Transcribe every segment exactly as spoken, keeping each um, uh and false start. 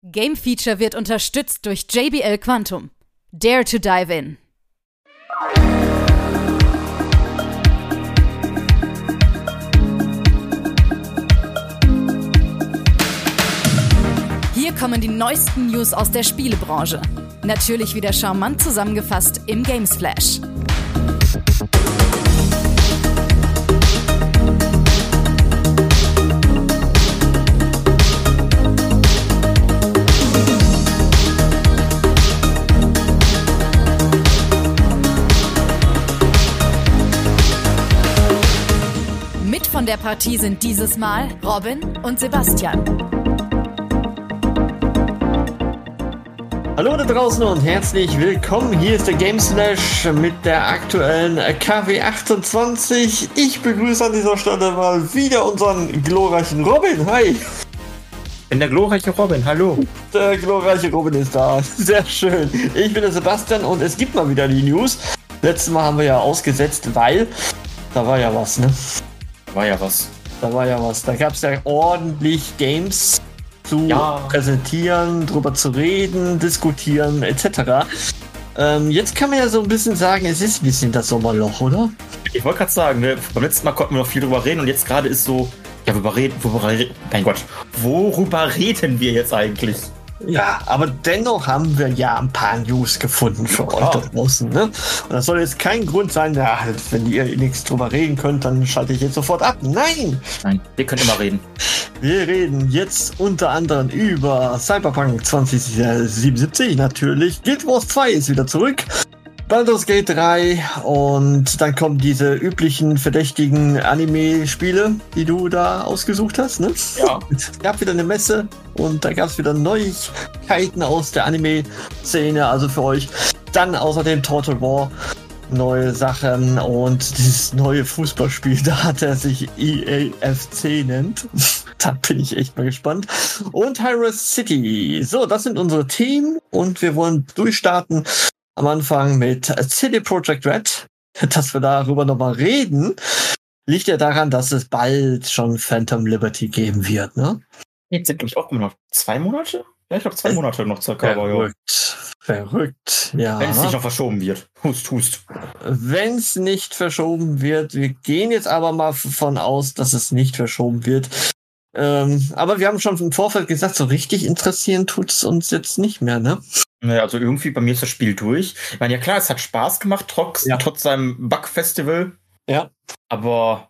Game Feature wird unterstützt durch J B L Quantum. Dare to dive in. Hier kommen die neuesten News aus der Spielebranche. Natürlich wieder charmant zusammengefasst im Games Flash. Mit von der Partie sind dieses Mal Robin und Sebastian. Hallo da draußen und herzlich willkommen. Hier ist der Games Flash mit der aktuellen K W achtundzwanzig. Ich begrüße an dieser Stelle mal wieder unseren glorreichen Robin. Hi. Ich bin der glorreiche Robin, hallo. Der glorreiche Robin ist da. Sehr schön. Ich bin der Sebastian und es gibt mal wieder die News. Letztes Mal haben wir ja ausgesetzt, weil da war ja was, ne? Da war ja was. Da war ja was. Da gab es ja ordentlich Games zu ja. präsentieren, drüber zu reden, diskutieren, et cetera. Ähm, jetzt kann man ja so ein bisschen sagen, es ist ein bisschen das Sommerloch, oder? Ich wollte gerade sagen, wir, beim letzten Mal konnten wir noch viel drüber reden und jetzt gerade ist so, ja, worüber reden, worüber reden, mein Gott, worüber reden wir jetzt eigentlich? Ja, aber dennoch haben wir ja ein paar News gefunden für ja. euch da draußen, ne? Und das soll jetzt kein Grund sein, ja, wenn ihr nichts drüber reden könnt, dann schalte ich jetzt sofort ab. Nein! Nein, wir können immer reden. Wir reden jetzt unter anderem über Cyberpunk zwanzig siebenundsiebzig natürlich. Guild Wars zwei ist wieder zurück. Baldur's Gate drei und dann kommen diese üblichen verdächtigen Anime-Spiele, die du da ausgesucht hast, ne? Ja. Es gab wieder eine Messe und da gab es wieder Neuigkeiten aus der Anime-Szene, also für euch. Dann außerdem Total War, neue Sachen und dieses neue Fußballspiel, da hat er sich E A F C nennt. Da bin ich echt mal gespannt. Und Hyrule City. So, das sind unsere Themen und wir wollen durchstarten. Am Anfang mit C D Projekt Red, dass wir darüber nochmal reden, liegt ja daran, dass es bald schon Phantom Liberty geben wird, ne? Jetzt sind, glaube ich, auch immer noch zwei Monate? Ja, ich glaube, zwei Monate noch circa. Verrückt, verrückt, ja. Wenn es nicht noch verschoben wird. Hust, hust. Wenn es nicht verschoben wird, wir gehen jetzt aber mal davon aus, dass es nicht verschoben wird. Ähm, aber wir haben schon im Vorfeld gesagt, so richtig interessieren tut es uns jetzt nicht mehr, ne? Naja, also irgendwie bei mir ist das Spiel durch. Ich meine, ja klar, es hat Spaß gemacht, trotz, ja. trotz seinem Bug-Festival. Ja. Aber,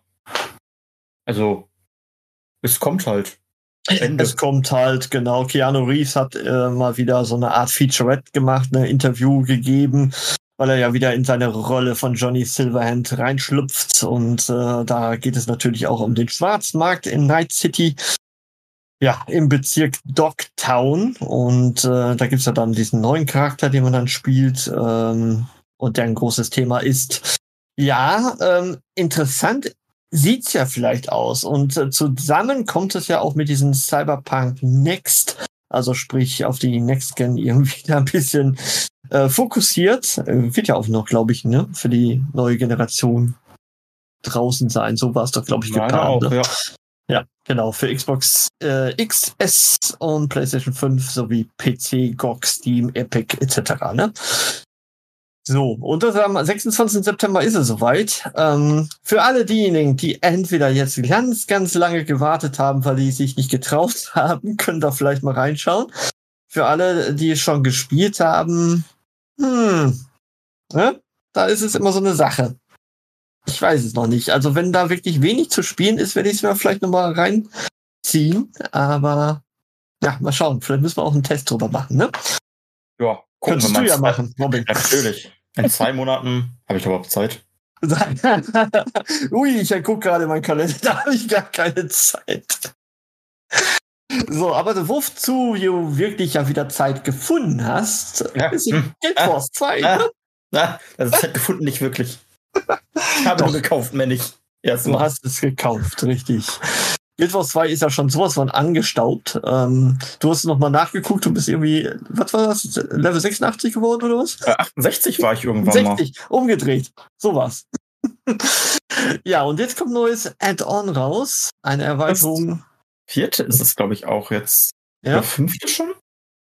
also, es kommt halt. Ende. Es kommt halt, genau. Keanu Reeves hat äh, mal wieder so eine Art Featurette gemacht, ein Interview gegeben, weil er ja wieder in seine Rolle von Johnny Silverhand reinschlüpft. Und äh, da geht es natürlich auch um den Schwarzmarkt in Night City. Ja, im Bezirk Dogtown. Und äh, da gibt's ja dann diesen neuen Charakter, den man dann spielt. Ähm, und der ein großes Thema ist. Ja, ähm, interessant sieht's ja vielleicht aus. Und äh, zusammen kommt es ja auch mit diesem Cyberpunk Next. Also sprich auf die Next Gen irgendwie da ein bisschen äh, fokussiert. Äh, wird ja auch noch, glaube ich, ne, für die neue Generation draußen sein. So war es doch, glaube ich, Meine geplant. auch, ne? ja. Ja, genau, für Xbox äh, X S und PlayStation fünf sowie P C, G O G, Steam, Epic et cetera. Ne? So, und das am sechsundzwanzigsten September ist es soweit. Ähm, für alle diejenigen, die entweder jetzt ganz, ganz lange gewartet haben, weil die sich nicht getraut haben, können da vielleicht mal reinschauen. Für alle, die es schon gespielt haben, hm, ne? Da ist es immer so eine Sache. Ich weiß es noch nicht. Also wenn da wirklich wenig zu spielen ist, werde ich es mir vielleicht nochmal reinziehen. Aber ja, mal schauen. Vielleicht müssen wir auch einen Test drüber machen, ne? Ja, könntest du ja zwei machen, Robin. Natürlich. In zwei Monaten habe ich überhaupt Zeit. Ui, ich gucke gerade in meinen Kalender, da habe ich gar keine Zeit. So, aber wozu du wirklich ja wieder Zeit gefunden hast, ja. ist in Guild Wars zwei. Ah, ah, also Zeit gefunden nicht wirklich. Ich habe nur gekauft, mehr nicht. Erstmal. Du hast es gekauft, richtig. Guild Wars zwei ist ja schon sowas von angestaubt. Ähm, du hast noch mal nachgeguckt, du bist irgendwie, was war das, Level sechsundachtzig geworden oder was? Äh, achtundsechzig war ich irgendwann sechzig, mal. Umgedreht, sowas. Ja, und jetzt kommt ein neues Add-on raus, eine Erweiterung. Das vierte ist es, glaube ich, auch jetzt. Ja. Oder fünfte schon?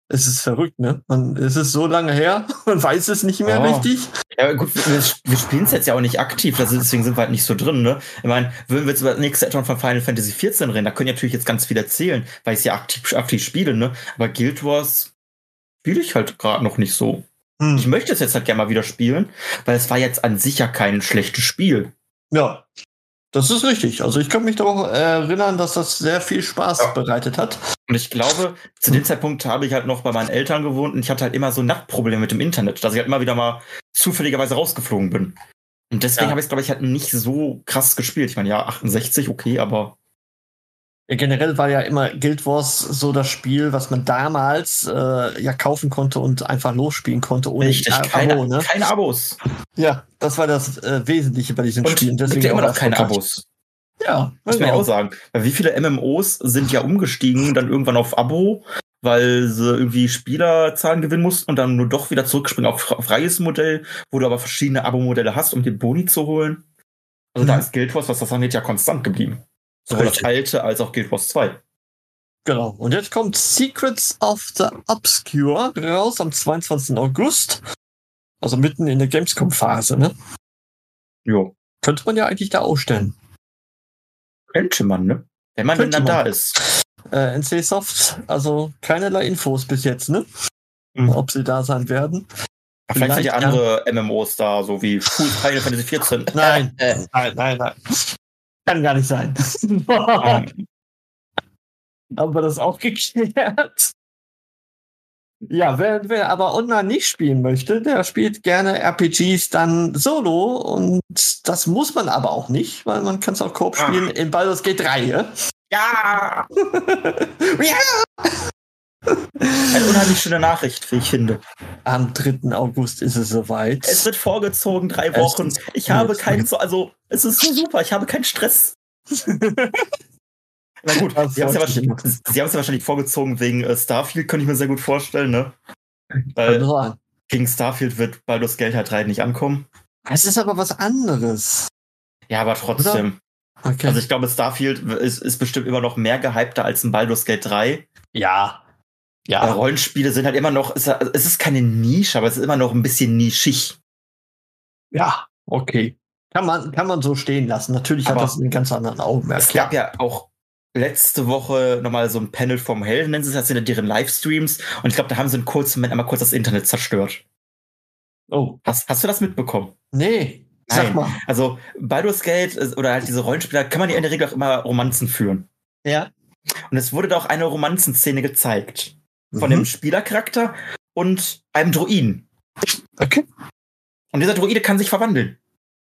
Es ist verrückt, ne? Man, es ist so lange her, man weiß es nicht mehr oh. richtig. Ja, gut, wir, wir spielen es jetzt ja auch nicht aktiv, das ist, deswegen sind wir halt nicht so drin, ne? Ich meine, würden wir jetzt über das nächste Add-on von Final Fantasy vierzehn reden, da können ja natürlich jetzt ganz viel erzählen, weil ich es ja aktiv, aktiv spiele, ne? Aber Guild Wars spiele ich halt gerade noch nicht so. Hm. Ich möchte es jetzt halt gerne mal wieder spielen, weil es war jetzt an sich ja kein schlechtes Spiel. Ja, das ist richtig. Also ich kann mich doch erinnern, dass das sehr viel Spaß ja. bereitet hat. Und ich glaube, zu dem Zeitpunkt habe ich halt noch bei meinen Eltern gewohnt und ich hatte halt immer so Nachtprobleme mit dem Internet, dass ich halt immer wieder mal zufälligerweise rausgeflogen bin. Und deswegen ja. habe ich es, glaube ich, halt nicht so krass gespielt. Ich meine, ja, achtundsechzig, okay, aber... Ja, generell war ja immer Guild Wars so das Spiel, was man damals äh, ja kaufen konnte und einfach losspielen konnte ohne Richtig, Abo, keine, ne? keine Abos. Ja, das war das äh, Wesentliche bei diesen und Spielen. Deswegen gibt ja immer noch keine Abos. Ja, muss man ja auch sagen. Weil wie viele M M Os sind ja umgestiegen dann irgendwann auf Abo, weil sie irgendwie Spielerzahlen gewinnen mussten und dann nur doch wieder zurückspringen auf freies Modell, wo du aber verschiedene Abo-Modelle hast, um den Boni zu holen. Also mhm. da ist Guild Wars, was das angeht, ja konstant geblieben. Sowohl das alte als auch Guild Wars zwei. Genau. Und jetzt kommt Secrets of the Obscure raus am zweiundzwanzigsten August. Also mitten in der Gamescom-Phase, ne? Jo. Könnte man ja eigentlich da ausstellen. Könnte man, ne? Wenn man denn dann man. da ist. Äh, N C Soft, also keinerlei Infos bis jetzt, ne? Mhm. Ob sie da sein werden. Ach, vielleicht, vielleicht sind ja andere M M Os da, so wie Full Final Fantasy vierzehn. Nein, äh, nein, nein, nein. Kann gar nicht sein. Aber das ist auch geklärt. Ja, wer, wer aber online nicht spielen möchte, der spielt gerne R P Gs dann solo und das muss man aber auch nicht, weil man kann es auch Koop spielen in Baldur's Gate drei, ja? Ja! ja! Eine unheimlich schöne Nachricht, wie ich finde. Am dritten August ist es soweit. Es wird vorgezogen, drei Wochen. Ich habe keinen, so, also, es ist so super, ich habe keinen Stress. Na gut, sie haben es ja, wahrscheinlich, ja wahrscheinlich vorgezogen wegen äh, Starfield, könnte ich mir sehr gut vorstellen, ne? Weil gegen Starfield wird Baldur's Gate halt drei nicht ankommen. Es ist aber was anderes. Ja, aber trotzdem. Okay. Also ich glaube, Starfield ist, ist bestimmt immer noch mehr gehypter als ein Baldur's Gate drei. Ja. Ja. Weil Rollenspiele sind halt immer noch, es ist keine Nische, aber es ist immer noch ein bisschen nischig. Ja, okay. Kann man, kann man so stehen lassen. Natürlich aber hat das einen ganz anderen Augenmerk. Es gab ja auch letzte Woche nochmal so ein Panel vom Helden, nennen sie es, das sind deren Livestreams. Und ich glaube, da haben sie einen kurzen Moment einmal kurz das Internet zerstört. Oh. Hast, hast du das mitbekommen? Nee. Nein. Sag mal. Also Baldur's Gate oder halt diese Rollenspieler kann man ja in der Regel auch immer Romanzen führen. Ja. Und es wurde da auch eine Romanzenszene gezeigt. Von mhm. dem Spielercharakter und einem Druiden. Okay. Und dieser Druide kann sich verwandeln.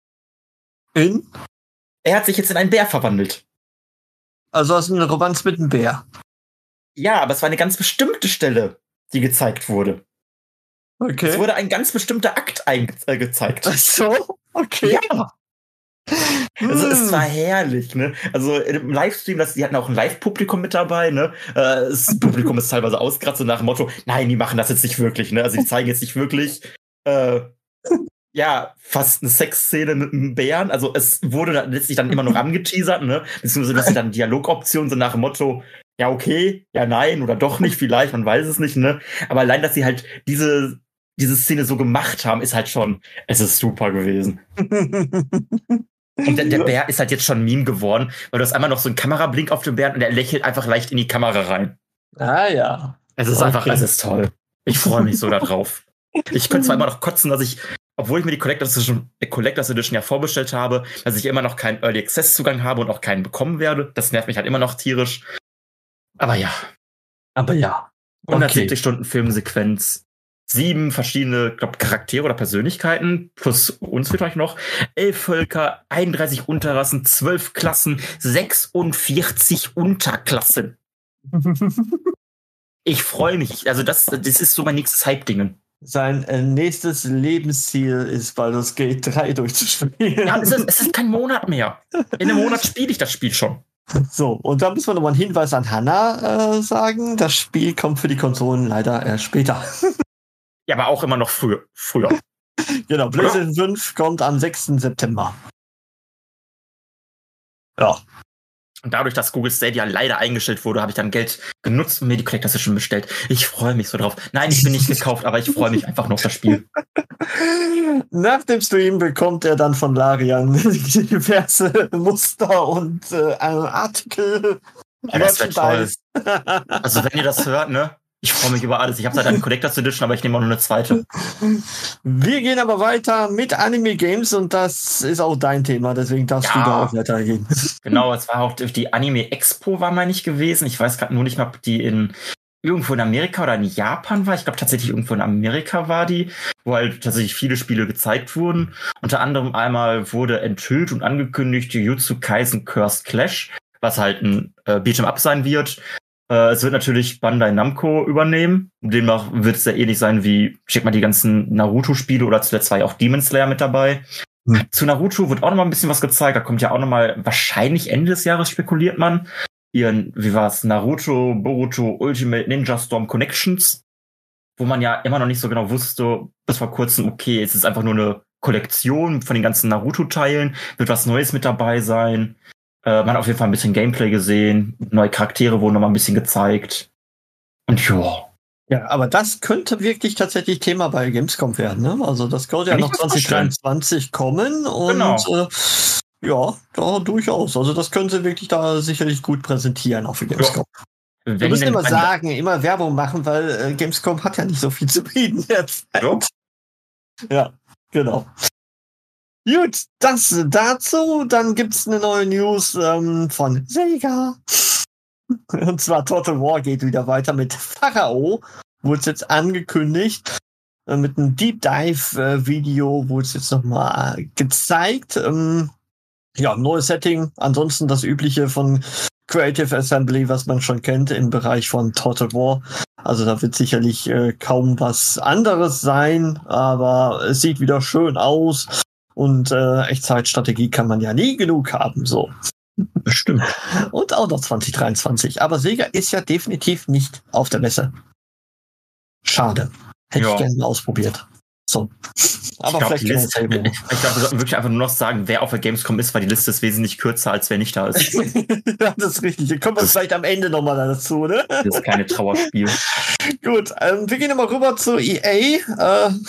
In? Er hat sich jetzt in einen Bär verwandelt. Also hast du eine Romanz mit einem Bär? Ja, aber es war eine ganz bestimmte Stelle, die gezeigt wurde. Okay. Es wurde ein ganz bestimmter Akt einge- äh, gezeigt. Ach so? Okay. Ja. Also hm. es war herrlich, ne? Also im Livestream, das, die hatten auch ein Live-Publikum mit dabei, ne? Äh, das Publikum ist teilweise ausgeratzt, so nach dem Motto, nein, die machen das jetzt nicht wirklich, ne? Also die zeigen jetzt nicht wirklich, äh, ja, fast eine Sexszene mit einem Bären. Also es wurde dann letztlich dann immer noch angeteasert, ne? Beziehungsweise das sind dann Dialogoptionen, so nach dem Motto, ja, okay, ja, nein, oder doch nicht, vielleicht, man weiß es nicht, ne? Aber allein, dass sie halt diese, diese Szene so gemacht haben, ist halt schon, es ist super gewesen. Und der, der Bär ist halt jetzt schon ein Meme geworden, weil du hast einmal noch so einen Kamerablink auf dem Bären und er lächelt einfach leicht in die Kamera rein. Ah ja. Es ist okay. einfach, es ist toll. Ich freue mich so darauf. Ich könnte zwar immer noch kotzen, dass ich, obwohl ich mir die Collectors Edition, äh, Collectors Edition ja vorbestellt habe, dass ich immer noch keinen Early Access Zugang habe und auch keinen bekommen werde. Das nervt mich halt immer noch tierisch. Aber ja. Aber ja. hundertsiebzig okay. Stunden Filmsequenz. Sieben verschiedene, glaube Charaktere oder Persönlichkeiten, plus uns vielleicht noch. Elf Völker, einunddreißig Unterrassen, zwölf Klassen, sechsundvierzig Unterklassen. Ich freue mich. Also das, das ist so mein nächstes Hype-Ding. Sein äh, nächstes Lebensziel ist, Baldur's Gate drei durchzuspielen. Ja, es ist, es ist kein Monat mehr. In einem Monat spiele ich das Spiel schon. So, und da müssen wir nochmal einen Hinweis an Hannah äh, sagen. Das Spiel kommt für die Konsolen leider erst später. Ja, aber auch immer noch früher. früher. Genau, PlayStation fünf kommt am sechsten September. Ja. Und dadurch, dass Google Stadia leider eingestellt wurde, habe ich dann Geld genutzt und mir die Collector's Edition bestellt. Ich freue mich so drauf. Nein, ich bin nicht gekauft, aber ich freue mich einfach noch auf das Spiel. Nach dem Stream bekommt er dann von Larian diverse Muster und äh, Artikel. Ja, das wäre toll. Also wenn ihr das hört, ne? Ich freue mich über alles. Ich habe seit eine Collector's Edition, aber ich nehme auch nur eine zweite. Wir gehen aber weiter mit Anime Games und das ist auch dein Thema, deswegen darfst ja, du da auch weitergehen. Genau, es war auch die Anime Expo, war meine ich gewesen. Ich weiß gerade nur nicht mal, ob die in irgendwo in Amerika oder in Japan war. Ich glaube tatsächlich irgendwo in Amerika war die, wo halt tatsächlich viele Spiele gezeigt wurden. Unter anderem einmal wurde enthüllt und angekündigt Jujutsu Kaisen Cursed Clash, was halt ein äh, Beat'em Up sein wird. Äh, es wird natürlich Bandai Namco übernehmen. Demnach wird es ja ähnlich sein wie, schick mal die ganzen Naruto-Spiele oder zuletzt war ja auch Demon Slayer mit dabei. Hm. Zu Naruto wird auch noch mal ein bisschen was gezeigt. Da kommt ja auch noch mal wahrscheinlich Ende des Jahres, spekuliert man, ihren, wie war's, Naruto, Boruto, Ultimate Ninja Storm Connections, wo man ja immer noch nicht so genau wusste, bis vor kurzem, okay, es ist einfach nur eine Kollektion von den ganzen Naruto-Teilen, wird was Neues mit dabei sein. Äh, man hat auf jeden Fall ein bisschen Gameplay gesehen, neue Charaktere wurden noch mal ein bisschen gezeigt. Und ja. Ja, aber das könnte wirklich tatsächlich Thema bei Gamescom werden, ne? Also das könnte ja noch zwanzig dreiundzwanzig kommen und genau. äh, ja, da durchaus. Also das können sie wirklich da sicherlich gut präsentieren auch für Gamescom. Ja. Wir müssen immer sagen, immer Werbung machen, weil äh, Gamescom hat ja nicht so viel zu bieten derzeit. Ja. ja, genau. Gut, das dazu. Dann gibt's eine neue News ähm, von Sega. Und zwar Total War geht wieder weiter mit Pharao. Wurde es jetzt angekündigt. Äh, mit einem Deep Dive äh, Video wurde es jetzt nochmal äh, gezeigt. Ähm, ja, neues Setting. Ansonsten das übliche von Creative Assembly, was man schon kennt im Bereich von Total War. Also da wird sicherlich äh, kaum was anderes sein, aber es sieht wieder schön aus. Und äh, Echtzeitstrategie kann man ja nie genug haben, so. Bestimmt. Und auch noch zwanzig dreiundzwanzig. Aber Sega ist ja definitiv nicht auf der Messe. Schade. Hätte ja. ich gerne mal ausprobiert. So. Aber ich glaub, vielleicht Liste, Ich glaube, wir sollten wirklich einfach nur noch sagen, wer auf der Gamescom ist, weil die Liste ist wesentlich kürzer, als wer nicht da ist. Ja, das ist richtig. Dann kommen wir vielleicht am Ende nochmal dazu, ne? Das ist keine Trauerspiel. Gut, ähm, wir gehen nochmal rüber zu E A. Äh,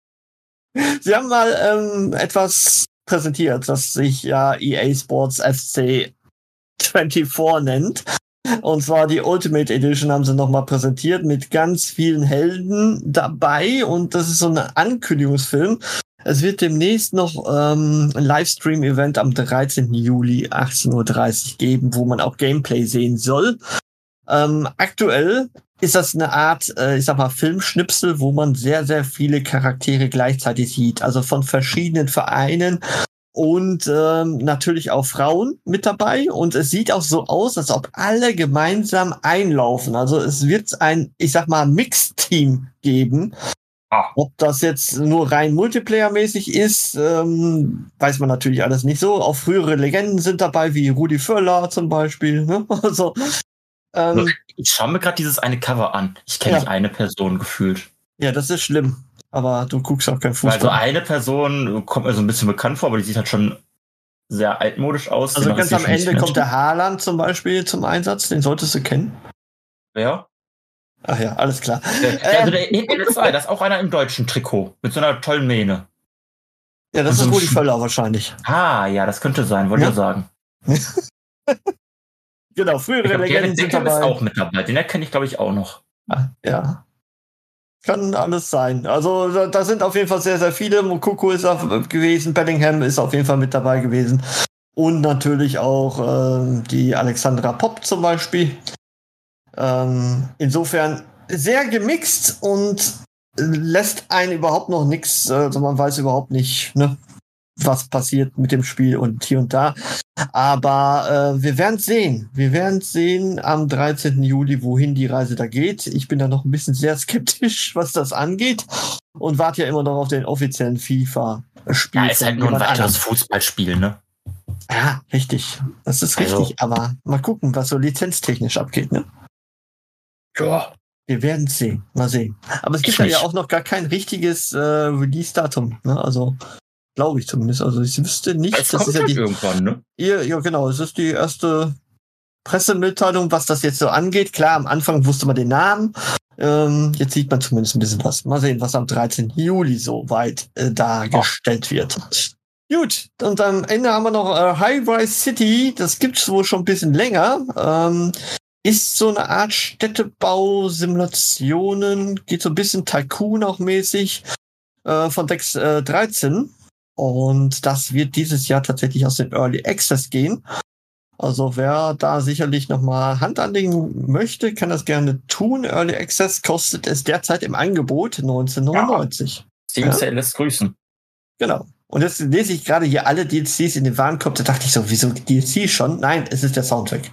Sie haben mal ähm, etwas präsentiert, das sich ja E A Sports F C vierundzwanzig nennt. Und zwar die Ultimate Edition haben sie nochmal präsentiert mit ganz vielen Helden dabei. Und das ist so ein Ankündigungsfilm. Es wird demnächst noch ähm, ein Livestream-Event am dreizehnten Juli achtzehn Uhr dreißig geben, wo man auch Gameplay sehen soll. Ähm, aktuell ist das eine Art, äh, ich sag mal, Filmschnipsel, wo man sehr, sehr viele Charaktere gleichzeitig sieht. Also von verschiedenen Vereinen und ähm, natürlich auch Frauen mit dabei. Und es sieht auch so aus, als ob alle gemeinsam einlaufen. Also es wird ein, ich sag mal, Mixteam geben. Ah. Ob das jetzt nur rein Multiplayer-mäßig ist, ähm, weiß man natürlich alles nicht so. Auch frühere Legenden sind dabei, wie Rudi Völler zum Beispiel. Ne? Also Ähm, ich schaue mir gerade dieses eine Cover an. Ich kenne ja. nicht eine Person gefühlt. Ja, das ist schlimm. Aber du guckst auch kein Fußball. Also eine Person kommt mir so ein bisschen bekannt vor, aber die sieht halt schon sehr altmodisch aus. Also ganz am Ende kommt der Haaland zum Beispiel zum Einsatz. Den solltest du kennen. Ja. Ach ja, alles klar. Ja, also der E L zwei, das ist auch einer im deutschen Trikot. Mit so einer tollen Mähne. Ja, das Und ist so Rudi Völler wahrscheinlich. Ah, ja, das könnte sein, wollte ich ja sagen. Genau, frühere glaub, Legenden sind dabei. Der ist auch mit dabei. Den erkenne ich, glaube ich, auch noch. Ja. Kann alles sein. Also da, da sind auf jeden Fall sehr, sehr viele. Mokoko ist auch gewesen, Bellingham ist auf jeden Fall mit dabei gewesen. Und natürlich auch ähm, die Alexandra Popp zum Beispiel. Ähm, insofern sehr gemixt und lässt einen überhaupt noch nichts, also man weiß überhaupt nicht, ne, was passiert mit dem Spiel und hier und da. Aber äh, wir werden es sehen. Wir werden es sehen am dreizehnten Juli, wohin die Reise da geht. Ich bin da noch ein bisschen sehr skeptisch, was das angeht. Und warte ja immer noch auf den offiziellen FIFA-Spiel. Ja, ist halt nur ein weiteres Fußballspiel, ne? Ja, richtig. Das ist richtig. Also. Aber mal gucken, was so lizenztechnisch abgeht, ne? Ja. Wir werden es sehen. Mal sehen. Aber es gibt ja auch noch gar kein richtiges äh, Release-Datum. Ne? Also glaube ich zumindest. Also ich wüsste nicht. Das, das ist ja die, irgendwann, ne? Ja, ja, genau. Es ist die erste Pressemitteilung, was das jetzt so angeht. Klar, am Anfang wusste man den Namen. Ähm, jetzt sieht man zumindest ein bisschen was. Mal sehen, was am dreizehnten Juli so weit äh, dargestellt oh. wird. Gut, und am Ende haben wir noch äh, High-Rise City. Das gibt's wohl schon ein bisschen länger. Ähm, ist so eine Art Städtebau-Simulationen. Geht so ein bisschen Tycoon auch mäßig. Äh, von Dex äh, dreizehn. Und das wird dieses Jahr tatsächlich aus dem Early Access gehen. Also wer da sicherlich nochmal Hand anlegen möchte, kann das gerne tun. Early Access kostet es derzeit im Angebot neunzehnhundertneunundneunzig. Steam ja? Sale lässt grüßen. Genau. Und jetzt lese ich gerade hier alle D L Cs in den Warenkorb. Da dachte ich so, wieso D L C schon? Nein, es ist der Soundtrack.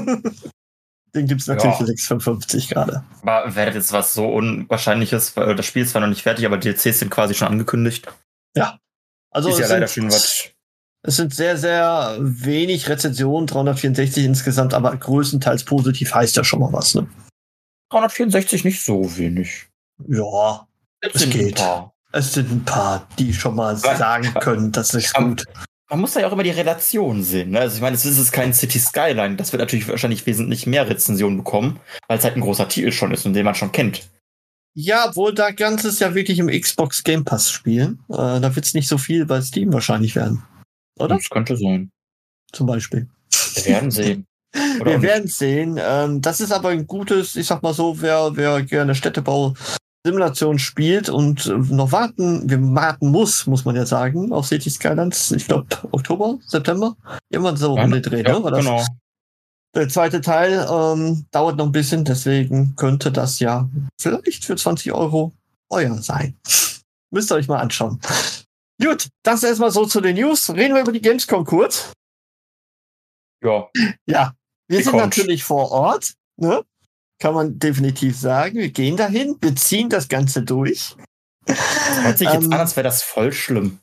Den gibt's natürlich ja. für sechs fünfundfünfzig gerade. Aber wäre jetzt was so Unwahrscheinliches, weil das Spiel ist zwar noch nicht fertig, aber D L Cs sind quasi schon angekündigt. Ja. Also ist ja es leider sind, schon was. Es sind sehr, sehr wenig Rezensionen, dreihundertvierundsechzig insgesamt, aber größtenteils positiv heißt ja schon mal was, ne? dreihundertvierundsechzig nicht so wenig. Ja, es, es geht. Es sind ein paar, die schon mal sagen können, das ist gut. Man muss da ja auch immer die Relation sehen. Ne? Also ich meine, es ist kein City Skyline. Das wird natürlich wahrscheinlich wesentlich mehr Rezensionen bekommen, weil es halt ein großer Titel schon ist und den man schon kennt. Ja, obwohl da ganzes ja wirklich im Xbox Game Pass spielen. Äh, da wird es nicht so viel bei Steam wahrscheinlich werden. Oder? Das könnte sein. Zum Beispiel. Wir werden sehen. Oder Wir werden sehen. Ähm, das ist aber ein gutes, ich sag mal so, wer, wer gerne Städtebau-Simulation spielt und äh, noch warten, wir warten muss, muss man ja sagen, auf City Skylines, ich glaube Oktober, September, irgendwann so um den Dreh, ja, ne? War das genau. Der zweite Teil ähm, dauert noch ein bisschen, deswegen könnte das ja vielleicht für zwanzig Euro euer sein. Müsst ihr euch mal anschauen. Gut, das erstmal so zu den News. Reden wir über die Gamescom kurz. Ja. Ja, wir die sind kommt. natürlich vor Ort, ne? Kann man definitiv sagen. Wir gehen dahin, wir ziehen das Ganze durch. Das hört sich jetzt Ähm, an, als wäre das voll schlimm.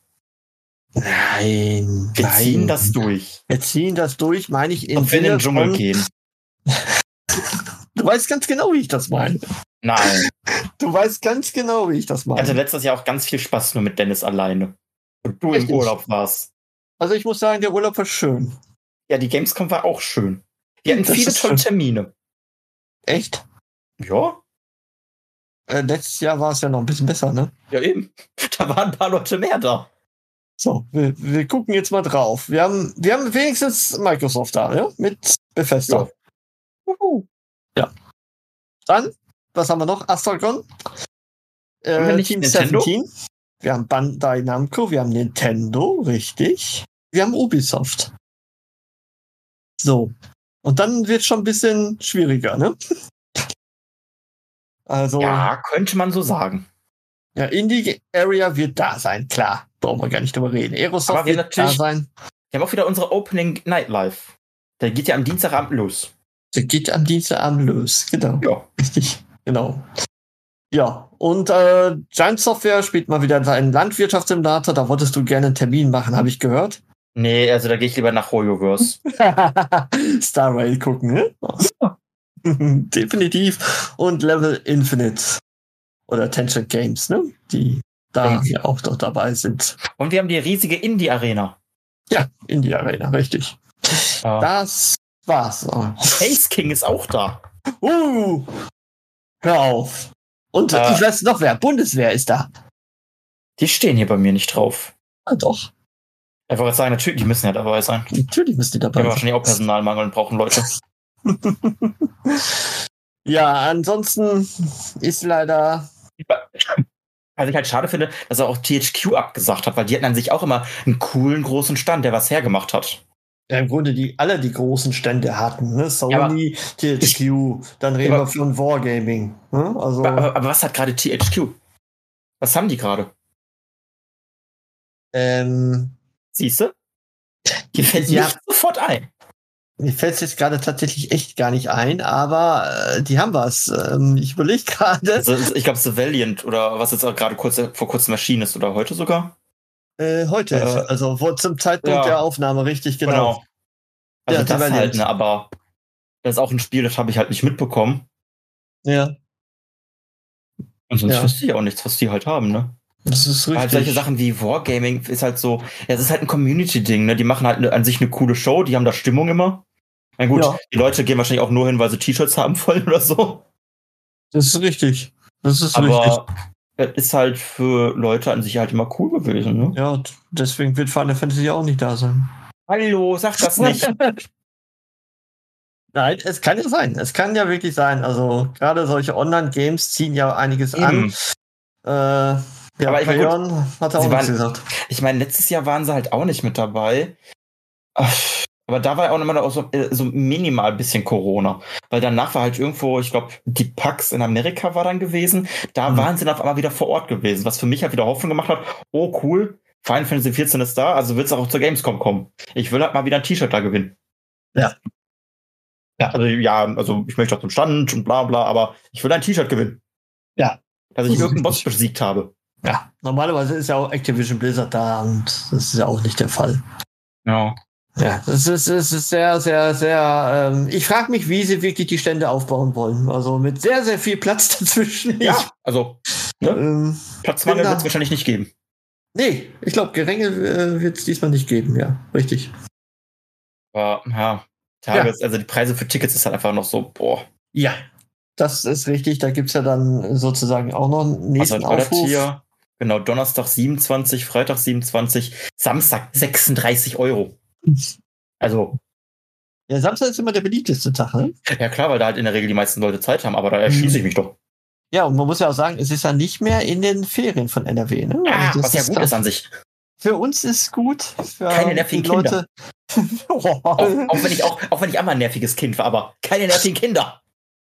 Nein, Wir nein. ziehen das durch. Wir ziehen das durch, meine ich in Und wir in den Dschungel von, gehen. Du weißt ganz genau, wie ich das meine. Nein. Du weißt ganz genau, wie ich das Ich hatte meine. letztes Jahr auch ganz viel Spaß nur mit Dennis alleine. Und du Richtig. im Urlaub warst. Also ich muss sagen, der Urlaub war schön. Ja, die Gamescom war auch schön. Wir hatten Das viele ist tolle schön. Termine. Echt? Ja, Äh, letztes Jahr war es ja noch ein bisschen besser, ne? ja eben. Da waren ein paar Leute mehr da. So, wir, wir gucken jetzt mal drauf. Wir haben, wir haben wenigstens Microsoft da, ja? Mit Bethesda. Ja. Uhu. Dann, was haben wir noch? Astragon. Äh, Haben wir nicht Team Nintendo? siebzehn. Wir haben Bandai Namco, wir haben Nintendo, richtig. Wir haben Ubisoft. So. Und dann wird schon ein bisschen schwieriger, ne? Also, ja, Ja, könnte man so sagen. Indie Area wird da sein, klar. Brauchen wir gar nicht drüber reden. Aerosoft Aber wir wird da natürlich- sein. Wir haben auch wieder unsere Opening Nightlife. Der geht ja am Dienstagabend los. Der geht am Dienstagabend los, genau. Ja. Richtig, genau. Ja, und äh, Giant Software spielt mal wieder seinen Landwirtschaftssimulator. Da wolltest du gerne einen Termin machen, habe ich gehört. Nee, also da gehe ich lieber nach Hoyoverse. Star Rail gucken, ne? Definitiv. Und Level Infinite. Oder Tangent Games, ne? Die da ja auch noch dabei sind. Und wir haben die riesige Indie-Arena. Ja, in die Arena, richtig. Ja. Das war's. Oh. Space King ist auch da. Uh, hör auf. Und Äh. ich weiß noch wer. Bundeswehr ist da. Die stehen hier bei mir nicht drauf. Ah, doch. Ich wollte sagen, natürlich, die müssen ja dabei sein. Natürlich müsst ihr Wir dabei haben sein. wahrscheinlich auch Personalmangel und brauchen Leute. Ja, ansonsten ist leider. Was ich halt schade finde, dass er auch T H Q abgesagt hat, weil die hatten an sich auch immer einen coolen großen Stand, der was hergemacht hat. Ja, im Grunde die alle die großen Stände hatten, ne? Sony, Ja, T H Q, dann reden aber- wir von Wargaming. Ne? Also, Aber, aber, aber was hat gerade T H Q? Was haben die gerade? ähm, Siehst du? Hier fällt Ja. nicht sofort ein. mir fällt es jetzt gerade tatsächlich echt gar nicht ein, aber äh, die haben was. Ähm, ich überlege gerade. Also, ich glaube, The Valiant oder was jetzt auch gerade kurz, vor kurzem erschienen ist oder heute sogar. Äh, heute, Äh, also vor zum Zeitpunkt ja. der Aufnahme, richtig, genau. Also Ja, das The Valiant. halt, ne, aber das ist auch ein Spiel, das habe ich halt nicht mitbekommen. Ja, Und sonst Ja. wüsste ich auch nichts, was die halt haben, ne? das ist Weil richtig. solche Sachen wie Wargaming ist halt so, ja, es ist halt ein Community-Ding, ne? Die machen halt ne, an sich eine coole Show, die haben da Stimmung immer. Na gut, Ja. die Leute gehen wahrscheinlich auch nur hin, weil sie T-Shirts haben wollen oder so. Das ist richtig. Das ist richtig. Aber es ist halt für Leute an sich halt immer cool gewesen, ne? Ja, t- deswegen wird Final Fantasy auch nicht da sein. Hallo, sag das nicht. Nein, es kann ja sein. Es kann ja wirklich sein. Also gerade solche Online-Games ziehen ja einiges Eben. an. Äh, ja, Aber ich mein, gut, Payon hat auch sie nichts waren- gesagt. Ich meine, letztes Jahr waren sie halt auch nicht mit dabei. Ach, aber da war ja auch immer noch so, äh, so minimal ein bisschen Corona. Weil danach war halt irgendwo, ich glaube, die PAX in Amerika war dann gewesen. Da Mhm. waren sie dann auf einmal wieder vor Ort gewesen. Was für mich halt wieder Hoffnung gemacht hat. Oh, cool. Final Fantasy vierzehn ist da, also wird es auch zur Gamescom kommen. Ich will halt mal wieder ein T-Shirt da gewinnen. Ja. Ja, also ja, also ich möchte auch zum Stand und bla bla, aber ich will ein T-Shirt gewinnen. Ja. Dass ich irgendeinen Boss besiegt habe. Ja, normalerweise ist ja auch Activision Blizzard da und das ist ja auch nicht der Fall. Ja. Ja, das ist, das ist sehr, sehr, sehr. Ähm, ich frage mich, wie sie wirklich die Stände aufbauen wollen. Also mit sehr, sehr viel Platz dazwischen. Ja, also Ich, ähm, Platzmangel bin da- wird es wahrscheinlich nicht geben. nee, ich glaube, Geränge äh, wird es diesmal nicht geben. Ja, richtig. Aber ja, Tages, also die Preise für Tickets ist halt einfach noch so, boah. Ja, das ist richtig. Da gibt's ja dann sozusagen auch noch einen nächsten Also Aufruf. hier, genau, Donnerstag siebenundzwanzig, Freitag siebenundzwanzig, Samstag sechsunddreißig Euro. Also, Ja, Samstag ist immer der beliebteste Tag, ne? ja klar, weil da halt in der Regel die meisten Leute Zeit haben, aber da erschieße ich mich doch. Ja, und man muss ja auch sagen, es ist ja nicht mehr in den Ferien von N R W, ne? Ja, Also das was ja gut dann- ist an sich. Für uns ist es gut. Für Keine nervigen die Leute. Auch, auch, wenn ich auch, auch wenn ich einmal ein nerviges Kind war, aber keine nervigen Kinder.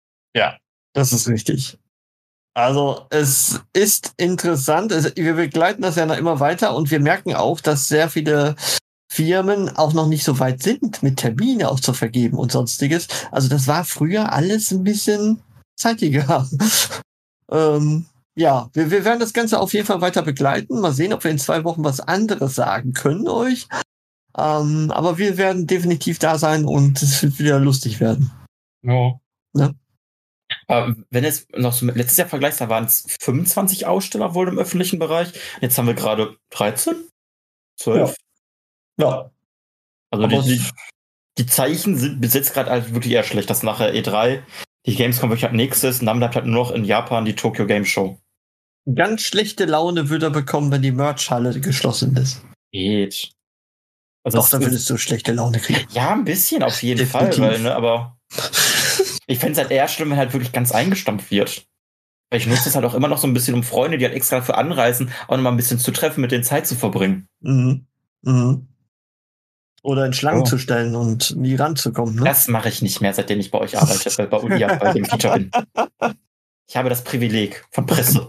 Das ist richtig. Also es ist interessant. Es, wir begleiten das ja noch immer weiter und wir merken auch, dass sehr viele Firmen auch noch nicht so weit sind, mit Termine auch zu vergeben und sonstiges. Also das war früher alles ein bisschen zeitiger. ähm, ja, wir, wir werden das Ganze auf jeden Fall weiter begleiten. Mal sehen, ob wir in zwei Wochen was anderes sagen können euch. Ähm, aber wir werden definitiv da sein und es wird wieder lustig werden. Ja. Ja. Aber wenn es noch so mit letztes Jahr vergleichst, da waren es fünfundzwanzig Aussteller wohl im öffentlichen Bereich. Jetzt haben wir gerade dreizehn? zwölf? Ja. Also Aber die, sie- die Zeichen sind bis jetzt gerade halt wirklich eher schlecht, dass nachher E drei, die Gamescom wirklich als nächstes und dann bleibt halt nur noch in Japan die Tokyo Game Show. Ganz schlechte Laune würde er bekommen, wenn die Merch-Halle geschlossen ist. Geht. Also Doch, es dann ist- würdest du schlechte Laune kriegen. ja, ein bisschen auf jeden Definitiv. Fall, weil, ne, aber ich fände es halt eher schlimm, wenn halt wirklich ganz eingestampft wird. Weil ich nutze es halt auch immer noch so ein bisschen, um Freunde, die halt extra dafür anreisen, auch noch mal ein bisschen zu treffen, mit denen Zeit zu verbringen. Mhm. Mhm. Oder in Schlangen Oh. zu stellen und nie ranzukommen. Ne? Das mache ich nicht mehr, seitdem ich bei euch arbeite, äh, bei Uni, bei dem Feature bin. Ich habe das Privileg von Presse.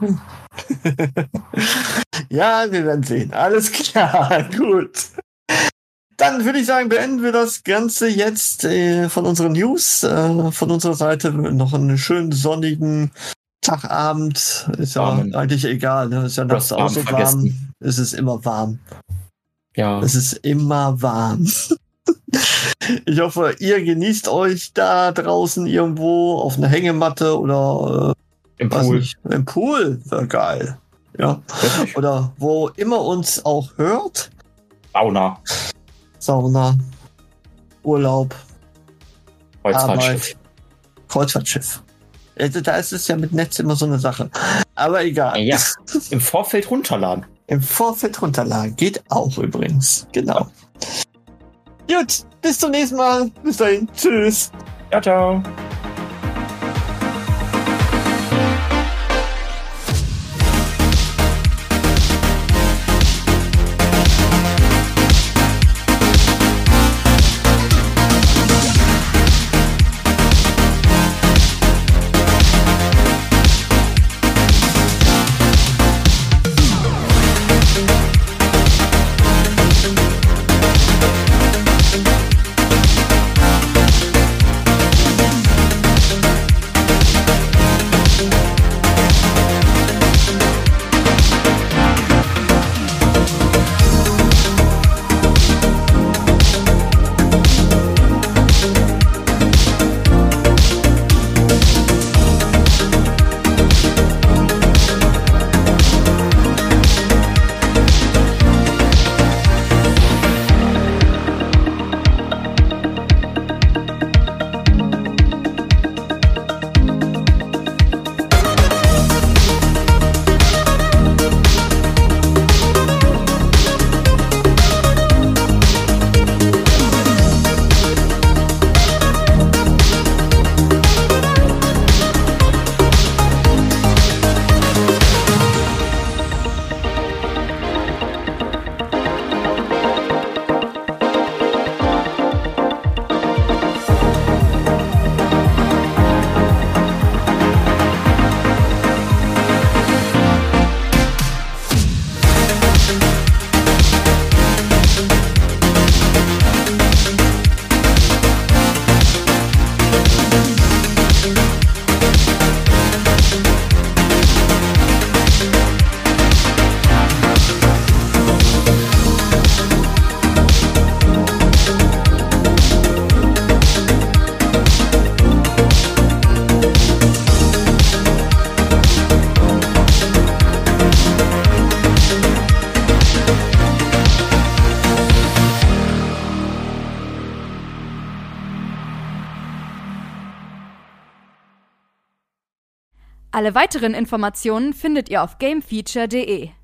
Ja, wir werden sehen. Alles klar, gut. Dann würde ich sagen, beenden wir das Ganze jetzt äh, von unseren News. Äh, von unserer Seite noch einen schönen sonnigen Tagabend. Ist ja Warmen. eigentlich egal. Ne? Ist ja nachts Das auch warm so warm. vergessen. Es ist immer warm. Ja. Es ist immer warm. Ich hoffe, ihr genießt euch da draußen irgendwo auf einer Hängematte oder Im äh, weiß Pool. nicht, im Pool. Wäre geil. Ja. Oder wo immer uns auch hört. Sauna. Sauna, Urlaub, Kreuzfahrtschiff. Kreuzfahrtschiff. Also da ist es ja mit Netz immer so eine Sache. Aber egal. Ja, im Vorfeld runterladen. Im Vorfeld runterladen geht auch übrigens. Genau. Gut, bis zum nächsten Mal. Bis dahin. Tschüss. Ciao, ciao. Alle weiteren Informationen findet ihr auf gamefeature punkt de.